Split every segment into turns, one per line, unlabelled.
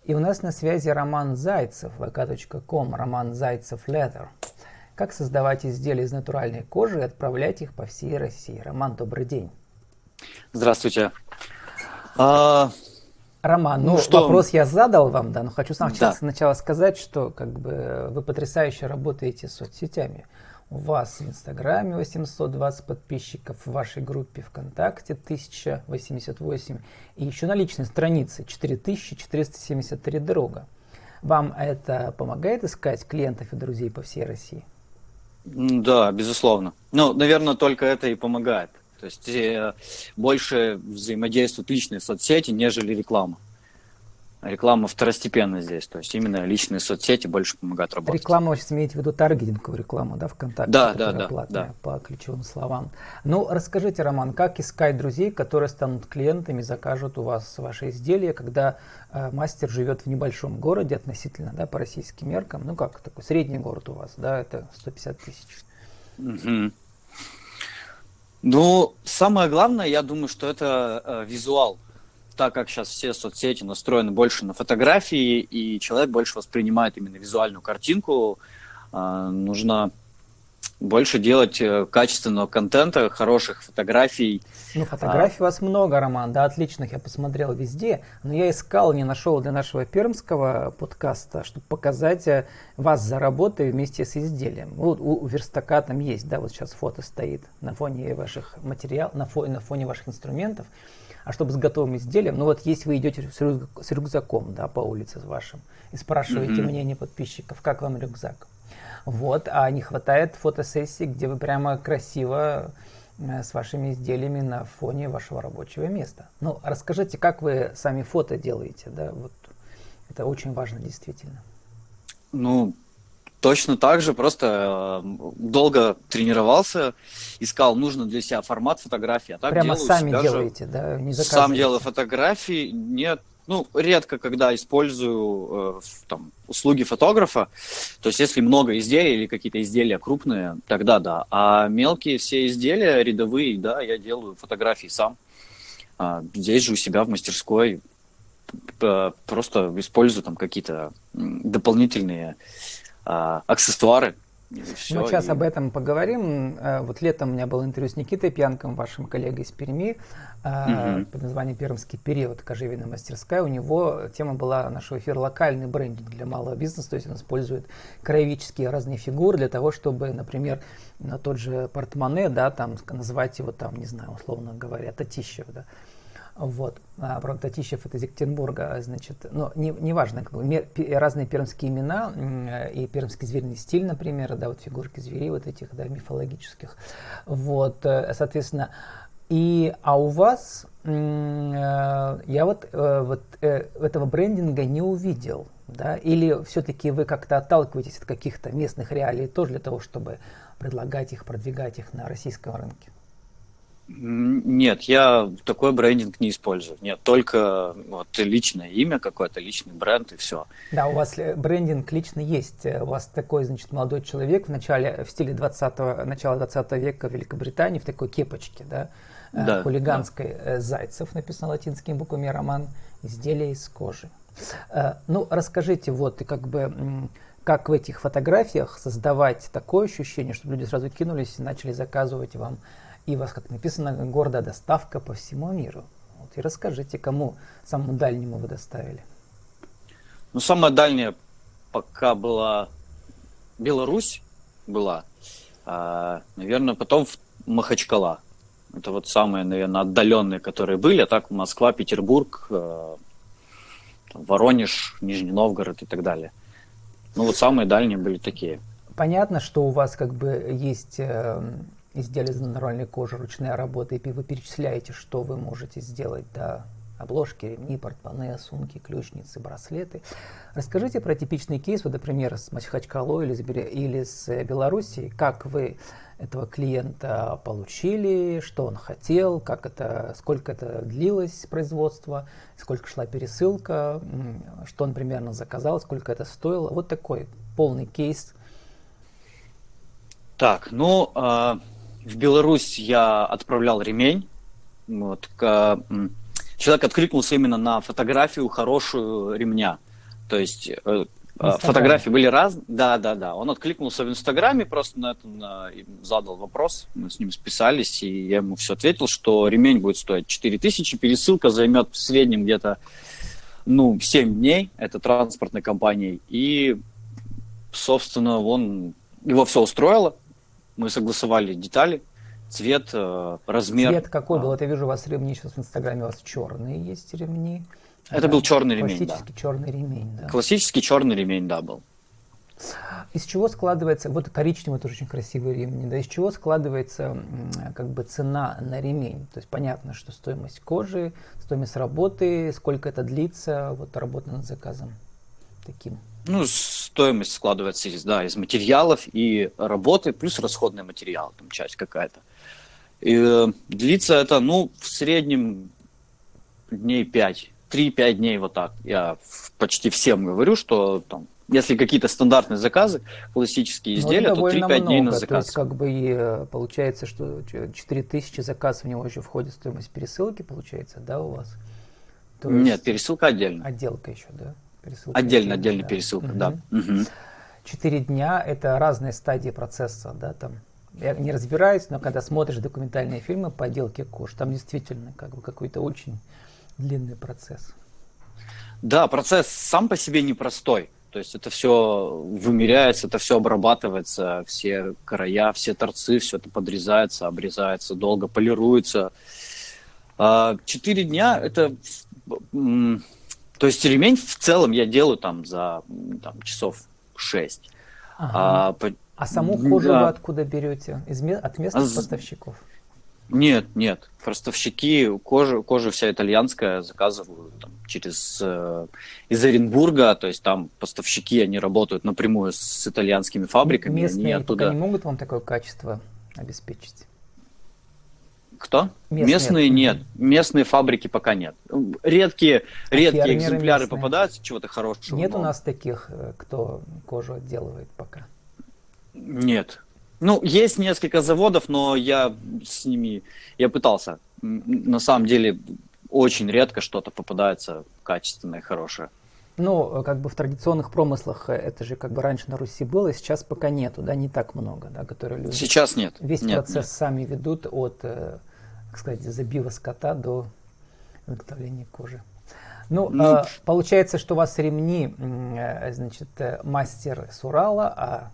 И у нас на связи Роман Зайцев, vk.com, Роман Зайцев Leather. Как создавать изделия из натуральной кожи и отправлять их по всей России? Роман, добрый день.
Здравствуйте.
Роман, вопрос я задал вам, да, но хочу сначала сказать, что вы потрясающе работаете с соцсетями. У вас в Инстаграме 820 подписчиков, в вашей группе ВКонтакте 1088 и еще на личной странице 4473 друга. Вам это помогает искать клиентов и друзей по всей России?
Да, безусловно. Наверное, только это и помогает. То есть больше взаимодействуют личные соцсети, нежели реклама. Реклама второстепенна здесь. То есть именно личные соцсети больше помогают работать.
Реклама, вы сейчас имеете в виду таргетинговую рекламу, да, ВКонтакте?
Да.
Платная, по ключевым словам. Расскажите, Роман, как искать друзей, которые станут клиентами, закажут у вас ваши изделия, когда мастер живет в небольшом городе относительно, да, по российским меркам? Такой средний город у вас, да, это 150 тысяч.
Самое главное, я думаю, что это визуал. Так как сейчас все соцсети настроены больше на фотографии, и человек больше воспринимает именно визуальную картинку, нужно больше делать качественного контента, хороших фотографий.
Фотографий у вас много, Роман, да, отличных, я посмотрел везде, но я искал, не нашел для нашего пермского подкаста, чтобы показать вас за работой вместе с изделием. У верстака там есть, да, вот сейчас фото стоит на фоне ваших материалов, на фоне ваших инструментов. А чтобы с готовым изделием, есть вы идете с рюкзаком, да, по улице с вашим, и спрашиваете мнение подписчиков, как вам рюкзак. А не хватает фотосессии, где вы прямо красиво с вашими изделиями на фоне вашего рабочего места. Расскажите, как вы сами фото делаете, да, это очень важно действительно.
Точно так же, просто долго тренировался, искал нужный для себя формат фотографии.
Прямо сами делаете, да? Не заказываете?
Сам делаю фотографии, нет. Редко, когда использую услуги фотографа, то есть если много изделий или какие-то изделия крупные, тогда да. А мелкие все изделия, рядовые, да, я делаю фотографии сам. Здесь же у себя в мастерской просто использую какие-то дополнительные аксессуары.
Сейчас об этом поговорим. Летом у меня было интервью с Никитой Пьянком, вашим коллегой из Перми, под названием «Пермский период. Кожевенная мастерская». У него тема была нашего эфира «Локальный брендинг для малого бизнеса». То есть он использует краеведческие разные фигуры для того, чтобы, например, на тот же портмоне, да, назвать его не знаю, условно говоря, Татищев, да. Правда, Татищев это из Екатеринбурга, неважно, разные пермские имена и пермский звериный стиль, например, да, фигурки зверей этих, да, мифологических, соответственно, у вас я этого брендинга не увидел, да, или все-таки вы как-то отталкиваетесь от каких-то местных реалий тоже для того, чтобы предлагать их, продвигать их на российском рынке?
Нет, я такой брендинг не использую. Нет, только личное имя какое-то, личный бренд и все.
Да, у вас брендинг лично есть. У вас такой, молодой человек в стиле начала 20 века в Великобритании в такой кепочке, да, хулиганской, да. Зайцев написано латинскими буквами, Роман, изделие из кожи. Расскажите, как в этих фотографиях создавать такое ощущение, чтобы люди сразу кинулись и начали заказывать вам. И у вас, как написано, гордая доставка по всему миру. И расскажите, кому самому дальнему вы доставили?
Самая дальняя пока была Беларусь, наверное, потом Махачкала. Это самые, наверное, отдаленные, которые были. А так Москва, Петербург, Воронеж, Нижний Новгород и так далее. Самые дальние были такие.
Понятно, что у вас есть изделия из натуральной кожи, ручная работа, и вы перечисляете, что вы можете сделать, да, обложки, ремни, портмоне, сумки, ключницы, браслеты. Расскажите про типичный кейс, например, с Махачкалой или с Белоруссией, как вы этого клиента получили, что он хотел, сколько это длилось производство, сколько шла пересылка, что он примерно заказал, сколько это стоило. Такой полный кейс.
Так, в Беларусь я отправлял ремень. Человек откликнулся именно на фотографию хорошую ремня. То есть фотографии были разные. Да. Он откликнулся в Инстаграме, просто на это задал вопрос. Мы с ним списались, и я ему все ответил, что ремень будет стоить 4000, пересылка займет в среднем где-то 7 дней, это транспортной компанией. И, собственно, его все устроило. Мы согласовали детали, цвет, размер.
Цвет какой был? Вот я вижу, у вас ремни сейчас в Инстаграме, у вас черные есть ремни.
Это был черный ремень,
классический черный ремень, да.
Классический черный ремень, да, был.
Из чего складывается, вот коричневый тоже очень красивый ремень, да, из чего складывается как бы цена на ремень? То есть понятно, что стоимость кожи, стоимость работы, сколько это длится, вот работа над заказом таким.
Стоимость складывается из материалов и работы, плюс расходный материал, там часть какая-то. И длится это, в среднем дней 5. 3-5 дней вот так. Я почти всем говорю, что там, если какие-то стандартные заказы, классические изделия, то 3-5 дней на заказ.
То есть получается, что 4000 заказов, в него еще входит стоимость пересылки, получается, да, у вас?
Нет, пересылка отдельно.
Отделка еще, да? Пересылка
отдельно пересылка, да.
4 дня – это разные стадии процесса, да, там. Я не разбираюсь, но когда смотришь документальные фильмы по отделке кожи, там действительно какой-то очень длинный процесс.
Да, процесс сам по себе непростой. То есть это все вымеряется, это все обрабатывается, все края, все торцы, все это подрезается, обрезается, долго полируется. 4 дня это... То есть ремень в целом я делаю там за часов 6.
Ага. А саму кожу вы откуда берете? От местных поставщиков?
Нет. Поставщики кожа вся итальянская, заказываю там, из Оренбурга, то есть там поставщики, они работают напрямую с итальянскими фабриками.
Местные
они оттуда...
пока не могут вам такое качество обеспечить?
Кто? Местные нет. Местные фабрики пока нет. Редкие экземпляры местные попадаются, чего-то хорошего.
Нет у нас таких, кто кожу отделывает пока?
Нет. Есть несколько заводов, но я пытался. На самом деле, очень редко что-то попадается качественное, хорошее.
Как бы в традиционных промыслах это же как бы раньше на Руси было, сейчас пока нету, да, не так много, да, которые люди...
Сейчас нет.
Весь процесс сами ведут от, так сказать, забива скота до изготовления кожи. Получается, что у вас ремни, значит, мастер с Урала,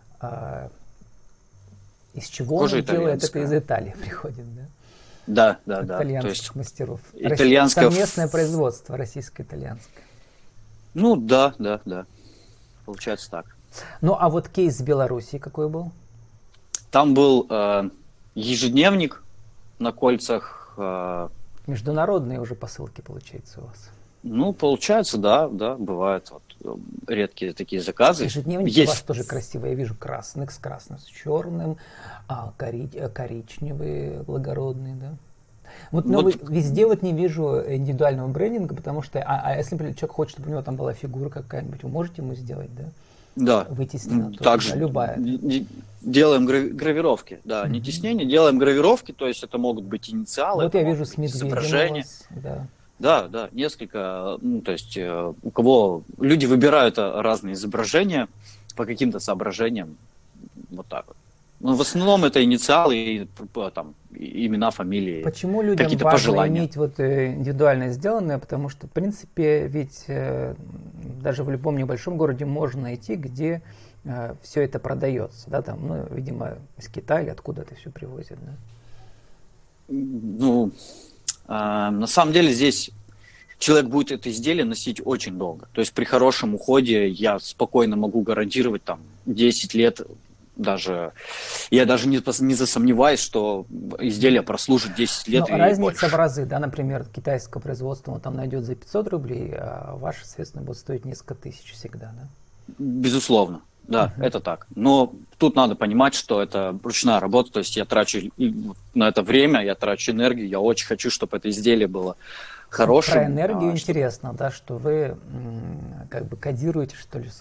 из чего он делает? Это из Италии приходит, да?
Да.
Итальянских мастеров.
Итальянское...
Совместное производство российско-итальянское.
Да. Получается так.
А вот кейс с Белоруссией какой был?
Там был ежедневник на кольцах.
Международные уже посылки, получается, у вас?
Получается, да, бывают редкие такие заказы.
Ежедневник у вас тоже красивый, я вижу красный с красным, с черным, коричневый, благородный, да? Везде не вижу индивидуального брендинга, потому что, если, например, человек хочет, чтобы у него там была фигура какая-нибудь, вы можете ему сделать, да?
Да.
Вытеснено.
Также
любая.
Делаем гравировки, да, не тиснение, делаем гравировки, то есть это могут быть инициалы.
Вот я вижу с медведем
Да, несколько, то есть у кого люди выбирают разные изображения по каким-то соображениям, вот так вот. В основном это инициалы и там имена, фамилии.
Почему людям важно
пожелания.
иметь индивидуально сделанное? Потому что, в принципе, ведь даже в любом небольшом городе можно найти, где все это продается, да, там, видимо, из Китая или откуда это все привозят, да?
На самом деле здесь человек будет это изделие носить очень долго. То есть при хорошем уходе я спокойно могу гарантировать там 10 лет. Я даже не засомневаюсь, что изделие прослужит 10 лет.
Но разница больше. В разы, да, например, китайского производства он там найдет за 500 рублей, а ваш, соответственно, будет стоить несколько тысяч всегда, да?
Безусловно, да, это так. Но тут надо понимать, что это ручная работа, то есть я трачу на это время, я трачу энергию, я очень хочу, чтобы это изделие было хорошим.
Про энергию интересно, да, что вы как бы кодируете, что ли,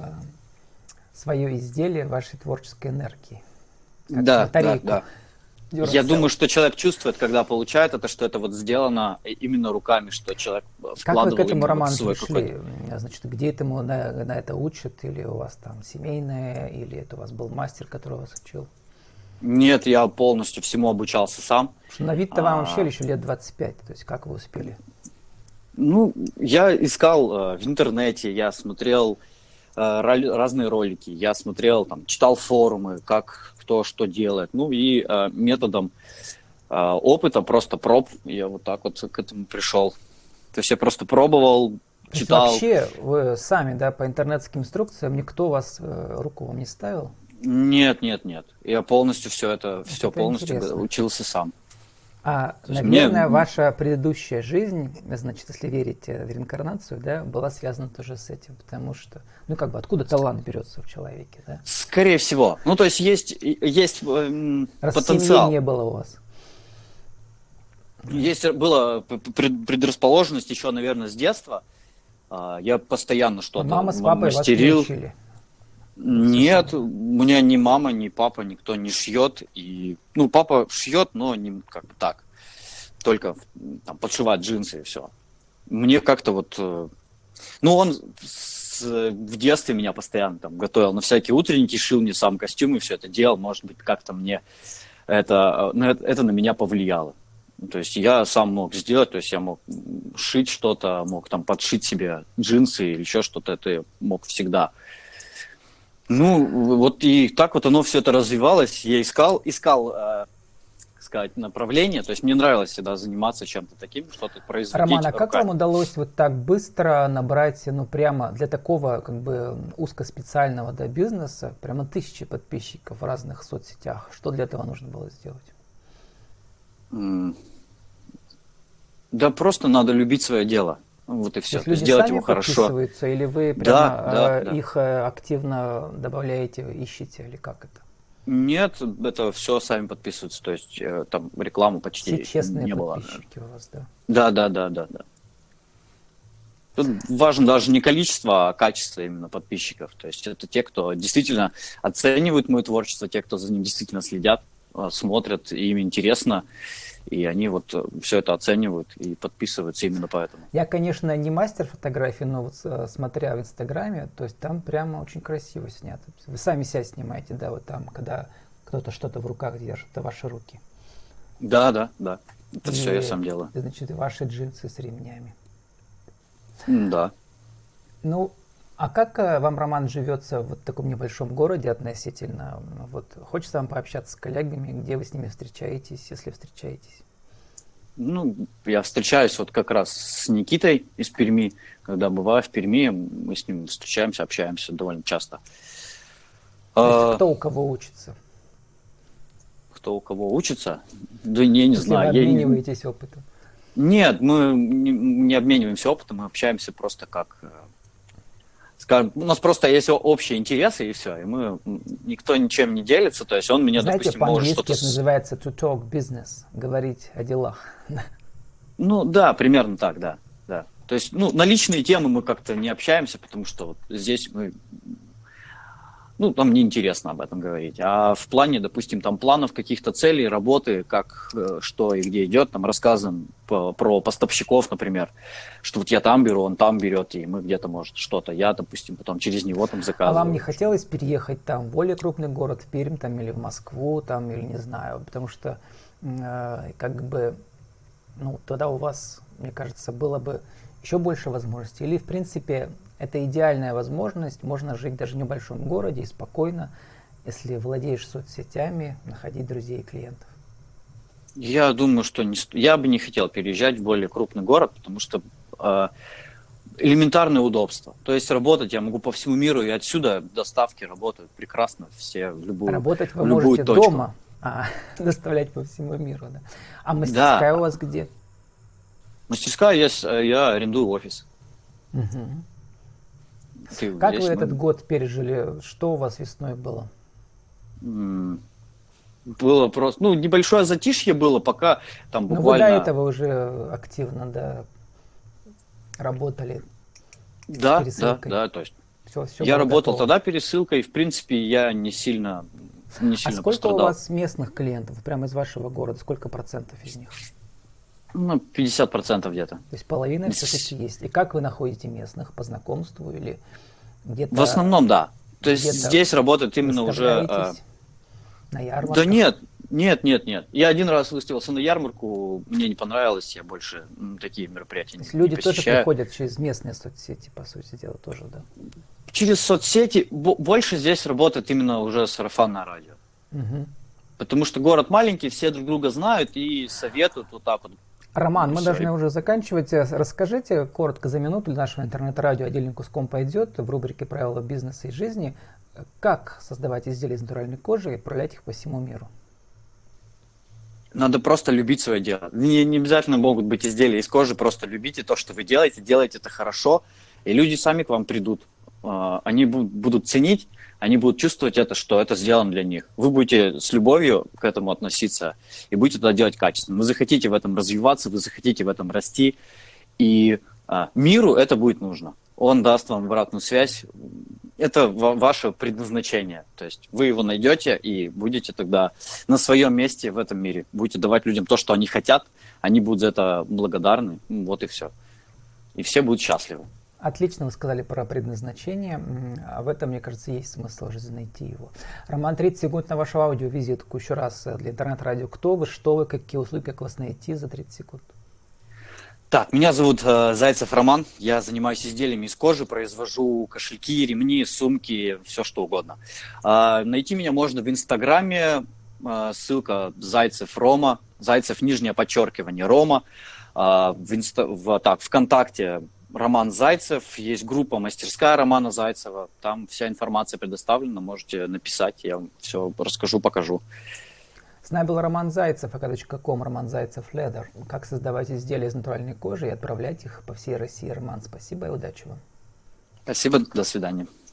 свое изделие вашей творческой энергии.
Да. Я думаю, что человек чувствует, когда получает это, что это вот сделано именно руками, что человек вкладывал.
Как вы к этому,
именно
Роман,
вот свой
пришли? Значит, где этому на это учат? Или у вас там семейное, или это у вас был мастер, который вас учил?
Нет, я полностью всему обучался сам.
Потому что на вид-то вам вообще еще лет 25, то есть как вы успели?
Ну, я искал в интернете, я смотрел разные ролики, я смотрел, там, читал форумы, как кто что делает. Ну и методом опыта, просто проб, я вот так вот к этому пришел. То есть я просто пробовал, читал.
Вообще вы сами, да, по интернетским инструкциям, никто вас руку вам не ставил?
Нет. Я полностью все полностью
интересно.
учился сам.
Наверное, ваша предыдущая жизнь, значит, если верить в реинкарнацию, да, была связана тоже с этим, потому что, ну, как бы, откуда талант берется в человеке, да?
Скорее всего. Ну, то есть есть потенциал.
Не было у вас.
Была предрасположенность еще, наверное, с детства. Я постоянно что-то
Мама с папой
мастерил.
вас не учили?
Нет, у меня ни мама, ни папа, никто не шьет. И, ну, папа шьет, но не как бы так. Только там, подшивать джинсы и все. Мне как-то вот... Ну, он в детстве меня постоянно там готовил на всякие утренники, шил мне сам костюмы, все это делал. Может быть, как-то мне это на меня повлияло. То есть я сам мог сделать, то есть я мог шить что-то, мог там подшить себе джинсы или еще что-то, это я мог всегда. Ну, вот и так вот оно все это развивалось. Я искал, сказать, направление. То есть мне нравилось всегда заниматься чем-то таким, что-то производить.
Роман, а как вам удалось вот так быстро набрать, ну, прямо для такого, как бы, узкоспециального, да, бизнеса, прямо 1000 подписчиков в разных соцсетях? Что для этого нужно было сделать?
Да просто надо любить свое дело. Вот и все.
То есть люди
сделать
сами
его хорошо.
подписываются, или вы прямо
Да.
их активно добавляете, ищете, или как это?
Нет, это все сами подписываются. То есть там рекламу почти
Все честные
не было.
подписчики у вас, да?
Да. Тут важно даже не количество, а качество именно подписчиков. То есть это те, кто действительно оценивают мое творчество, те, кто за ним действительно следят, смотрят, и им интересно. И они вот все это оценивают и подписываются именно поэтому.
Я, конечно, не мастер фотографий, но вот смотря в Инстаграме, то есть там прямо очень красиво снято. Вы сами себя снимаете, да, вот там, когда кто-то что-то в руках держит, это ваши руки.
Да. Это все я сам делаю.
Значит, ваши джинсы с ремнями.
Да.
Ну, а как вам, Роман, живется в вот таком небольшом городе относительно? Вот хочется вам пообщаться с коллегами, где вы с ними встречаетесь, если встречаетесь?
Ну, я встречаюсь вот как раз с Никитой из Перми. Когда бываю в Перми, мы с ним встречаемся, общаемся довольно часто.
То есть кто у кого учится?
Кто у кого учится? Да я не знаю.
Вы обмениваетесь опытом?
Нет, мы не обмениваемся опытом, мы общаемся просто как... Скажем, у нас просто есть общие интересы, и все. И никто ничем не делится. То есть он меня,
знаете,
допустим, может что-то...
по-английски это называется to talk business, говорить о делах.
Ну да, примерно так, да. То есть, ну, на личные темы мы как-то не общаемся, потому что вот здесь нам неинтересно об этом говорить. А в плане, допустим, там планов каких-то целей, работы, как, что и где идет, там рассказываем про поставщиков, например, что вот я там беру, он там берет, и мы где-то, может, что-то, я, допустим, потом через него там заказываю.
А вам не хотелось переехать там в более крупный город, в Пермь, там, или в Москву, там, или не знаю, потому что, как бы, ну, тогда у вас, мне кажется, было бы еще больше возможностей. Или, в принципе, это идеальная возможность, можно жить даже в небольшом городе и спокойно, если владеешь соцсетями, находить друзей и клиентов.
Я думаю, что я бы не хотел переезжать в более крупный город, потому что элементарное удобство. То есть работать я могу по всему миру, и отсюда доставки работают прекрасно все в любую точку.
Работать вы можете дома, доставлять по всему миру. Да. А мастерская у вас где?
Мастерская, я арендую офис.
Угу. Как вы этот год пережили? Что у вас весной было?
Было просто, небольшое затишье было, пока там буквально...
вы до этого уже активно, работали пересылкой.
Да, то есть
все
я работал
готово.
тогда пересылкой, в принципе, я не сильно не
А
сильно
сколько у
пострадал.
вас местных клиентов, прямо из вашего города? Сколько процентов из них?
Ну, 50% где-то.
То есть половина
Не
все-таки
с-
есть. И как вы находите местных? По знакомству или
В
где-то
основном, да. То есть
где-то
здесь работает именно уже...
выставляетесь на
Да
ярмарках?
нет, нет, нет, нет. Я один раз выставился на ярмарку, мне не понравилось, я больше такие мероприятия
То есть
не
люди тоже
посещаю.
приходят через местные соцсети, по сути дела, тоже, да?
Через соцсети больше здесь работает именно уже сарафанное радио.
Мгм.
Потому что город маленький, все друг друга знают и советуют вот так вот.
Роман,
И
мы
все.
должны уже заканчивать. Расскажите коротко за минуту, для нашего интернет-радио отдельным куском пойдет в рубрике «Правила бизнеса и жизни», как создавать изделия из натуральной кожи и отправлять их по всему миру.
Надо просто любить свое дело. Не обязательно могут быть изделия из кожи, просто любите то, что вы делайте это хорошо, и люди сами к вам придут. Они будут ценить, они будут чувствовать это, что это сделано для них. Вы будете с любовью к этому относиться и будете это делать качественно. Вы захотите в этом развиваться, вы захотите в этом расти, и миру это будет нужно. Он даст вам обратную связь. Это ваше предназначение. То есть вы его найдете и будете тогда на своем месте в этом мире. Будете давать людям то, что они хотят, они будут за это благодарны. Вот и все. И все будут счастливы.
Отлично вы сказали про предназначение. А в этом, мне кажется, есть смысл уже найти его. Роман, 30 секунд на вашу аудиовизитку. Еще раз для интернет-радио. Кто вы, что вы, какие услуги, как вас найти за 30 секунд?
Так, меня зовут Зайцев Роман. Я занимаюсь изделиями из кожи, произвожу кошельки, ремни, сумки, все что угодно. Найти меня можно в Инстаграме. Ссылка Зайцев Рома. Зайцев _, Рома. ВКонтакте Роман Зайцев. Есть группа «Мастерская» Романа Зайцева. Там вся информация предоставлена. Можете написать, я вам все расскажу, покажу.
С нами был Роман Зайцев, @.com, Роман Зайцев Leather. Как создавать изделия из натуральной кожи и отправлять их по всей России. Роман, спасибо и удачи вам.
Спасибо, до свидания.